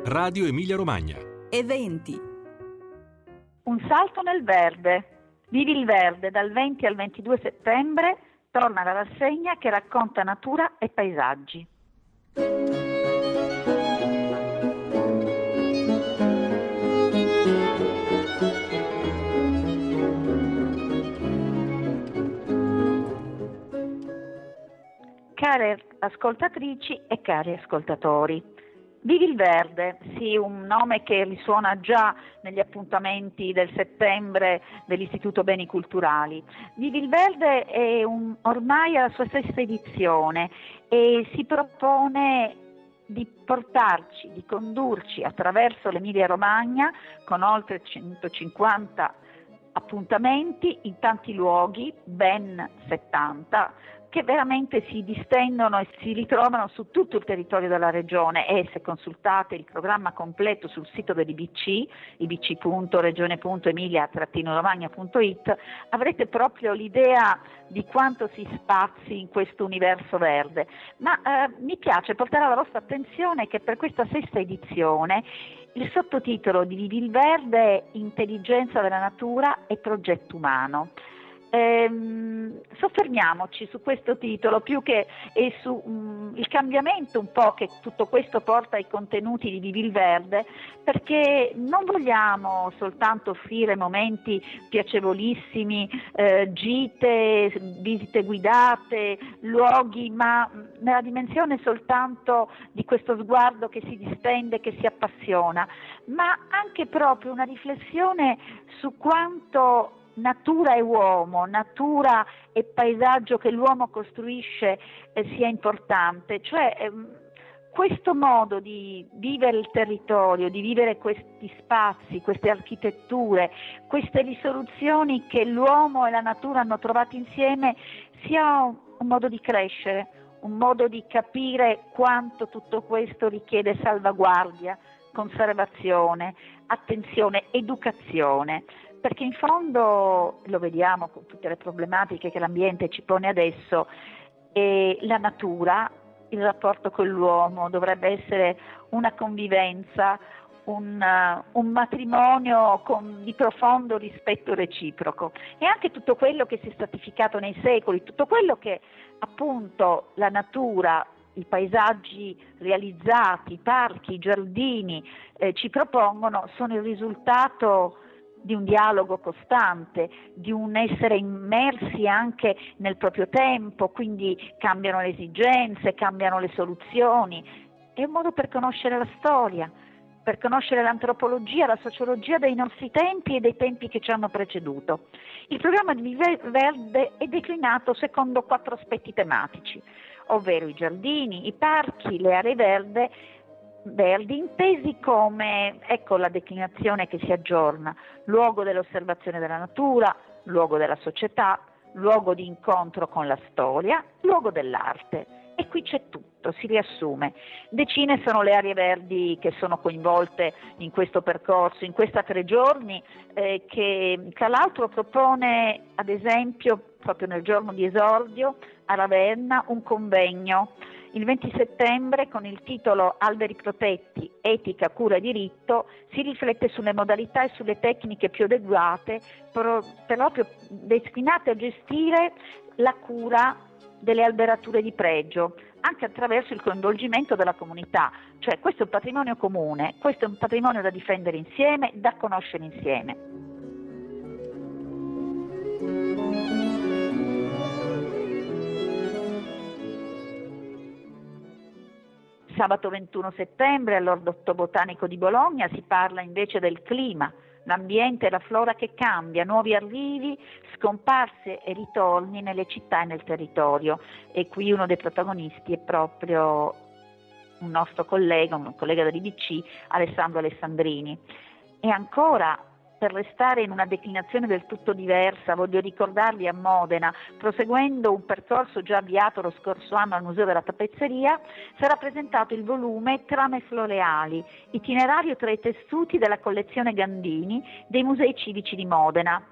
Radio Emilia Romagna. Eventi. Un salto nel verde. Vivi il verde dal 20 al 22 settembre. Torna la rassegna che racconta natura e paesaggi. Care ascoltatrici e cari ascoltatori, Vivi il Verde, sì, un nome che risuona già negli appuntamenti del settembre dell'Istituto Beni Culturali. Vivi il Verde è ormai alla sua sesta edizione e si propone di portarci, di condurci attraverso l'Emilia Romagna con oltre 150 appuntamenti in tanti luoghi, ben 70, che veramente si distendono e si ritrovano su tutto il territorio della regione, e se consultate il programma completo sul sito dell'IBC, ibc.regione.emilia-romagna.it, avrete proprio l'idea di quanto si spazi in questo universo verde. Ma mi piace portare alla vostra attenzione che per questa sesta edizione il sottotitolo di Vivi il Verde è Intelligenza della natura e progetto umano. Soffermiamoci su questo titolo più che su il cambiamento un po' che tutto questo porta ai contenuti di Vivi il Verde, perché non vogliamo soltanto offrire momenti piacevolissimi, gite, visite guidate, luoghi, ma nella dimensione soltanto di questo sguardo che si distende, che si appassiona, ma anche proprio una riflessione su quanto natura e uomo, natura e paesaggio che l'uomo costruisce sia importante, cioè questo modo di vivere il territorio, di vivere questi spazi, queste architetture, queste risoluzioni che l'uomo e la natura hanno trovato insieme sia un modo di crescere, un modo di capire quanto tutto questo richiede salvaguardia, conservazione, attenzione, educazione. Perché in fondo, lo vediamo con tutte le problematiche che l'ambiente ci pone adesso, la natura, il rapporto con l'uomo dovrebbe essere una convivenza, un matrimonio di profondo rispetto reciproco, e anche tutto quello che si è stratificato nei secoli, tutto quello che appunto la natura, i paesaggi realizzati, i parchi, i giardini ci propongono, sono il risultato di un dialogo costante, di un essere immersi anche nel proprio tempo, quindi cambiano le esigenze, cambiano le soluzioni. È un modo per conoscere la storia, per conoscere l'antropologia, la sociologia dei nostri tempi e dei tempi che ci hanno preceduto. Il programma di Vivi Verde è declinato secondo 4 aspetti tematici, ovvero i giardini, i parchi, le aree verdi, intesi come, ecco la declinazione che si aggiorna: luogo dell'osservazione della natura, luogo della società, luogo di incontro con la storia, luogo dell'arte. E qui c'è tutto, si riassume. Decine sono le aree verdi che sono coinvolte in questo percorso, in questa 3 giorni, che tra l'altro propone, ad esempio, proprio nel giorno di esordio a Ravenna, un convegno il 20 settembre con il titolo Alberi protetti, etica, cura e diritto. Si riflette sulle modalità e sulle tecniche più adeguate proprio destinate a gestire la cura delle alberature di pregio, anche attraverso il coinvolgimento della comunità. Cioè questo è un patrimonio comune, questo è un patrimonio da difendere insieme, da conoscere insieme. Sabato 21 settembre all'Orto Botanico di Bologna si parla invece del clima, l'ambiente e la flora che cambia, nuovi arrivi, scomparse e ritorni nelle città e nel territorio. E qui uno dei protagonisti è proprio un nostro collega, un collega dell'IBC, Alessandro Alessandrini. E ancora, per restare in una declinazione del tutto diversa, voglio ricordarvi a Modena, proseguendo un percorso già avviato lo scorso anno al Museo della Tappezzeria, sarà presentato il volume Trame floreali, itinerario tra i tessuti della collezione Gandini dei Musei Civici di Modena.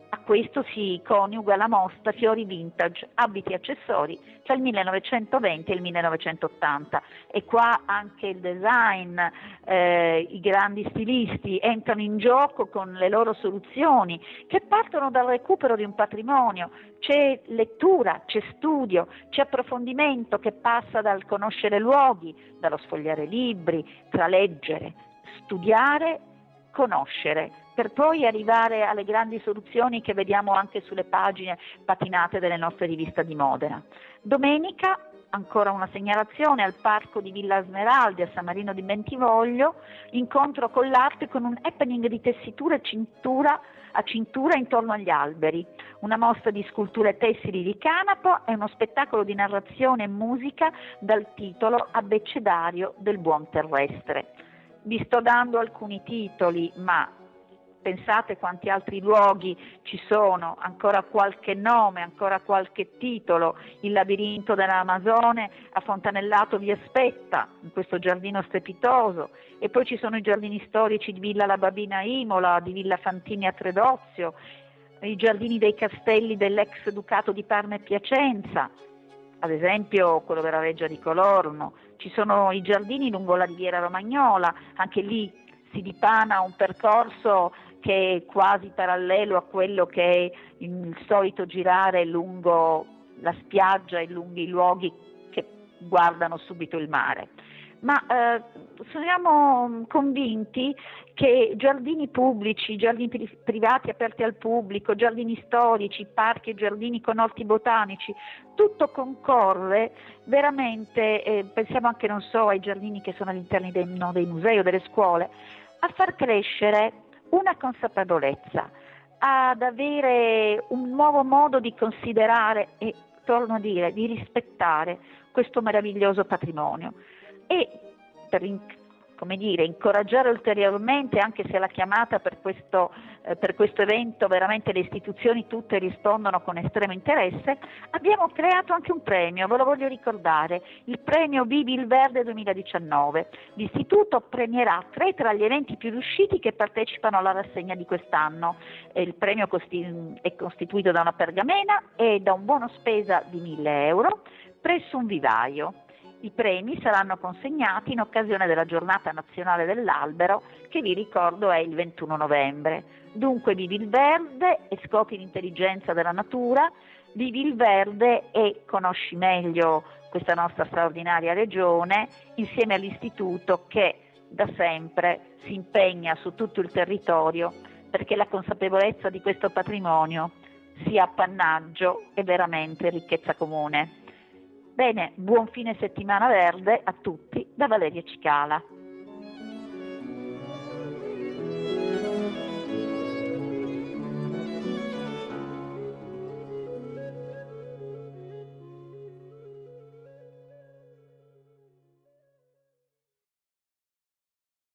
A questo si coniuga la mostra Fiori Vintage, abiti e accessori tra il 1920 e il 1980, e qua anche il design, i grandi stilisti entrano in gioco con le loro soluzioni che partono dal recupero di un patrimonio. C'è lettura, c'è studio, c'è approfondimento che passa dal conoscere luoghi, dallo sfogliare libri, tra leggere, studiare, conoscere, per poi arrivare alle grandi soluzioni che vediamo anche sulle pagine patinate delle nostre riviste di Modena. Domenica ancora una segnalazione al parco di Villa Smeraldi a San Marino di Bentivoglio, incontro con l'arte con un happening di tessitura e cintura a cintura intorno agli alberi, una mostra di sculture tessili di Canapo e uno spettacolo di narrazione e musica dal titolo Abbecedario del buon terrestre. Vi sto dando alcuni titoli, ma pensate quanti altri luoghi ci sono, ancora qualche nome, ancora qualche titolo. Il labirinto dell'Amazone a Fontanellato vi aspetta, in questo giardino strepitoso, e poi ci sono i giardini storici di Villa La Babina Imola, di Villa Fantini a Tredozio, i giardini dei castelli dell'ex Ducato di Parma e Piacenza, ad esempio quello della Reggia di Colorno. Ci sono i giardini lungo la riviera Romagnola, anche lì si dipana un percorso che è quasi parallelo a quello che è il solito girare lungo la spiaggia e lungo i luoghi che guardano subito il mare. Ma siamo convinti che giardini pubblici, giardini privati aperti al pubblico, giardini storici, parchi e giardini con orti botanici, tutto concorre veramente, pensiamo anche, non so, ai giardini che sono all'interno dei musei o delle scuole, a far crescere una consapevolezza, ad avere un nuovo modo di considerare e, torno a dire, di rispettare questo meraviglioso patrimonio. E per incoraggiare ulteriormente, anche se la chiamata per questo evento veramente le istituzioni tutte rispondono con estremo interesse, abbiamo creato anche un premio, ve lo voglio ricordare, il premio Vivi il Verde 2019. L'istituto premierà 3 tra gli eventi più riusciti che partecipano alla rassegna di quest'anno. Il premio è costituito da una pergamena e da un buono spesa di 1.000 euro presso un vivaio. I premi saranno consegnati in occasione della Giornata Nazionale dell'Albero, che vi ricordo è il 21 novembre. Dunque vivi il verde e scopri l'intelligenza della natura, vivi il verde e conosci meglio questa nostra straordinaria regione insieme all'istituto che da sempre si impegna su tutto il territorio perché la consapevolezza di questo patrimonio sia appannaggio e veramente ricchezza comune. Bene, buon fine settimana verde a tutti da Valeria Cicala.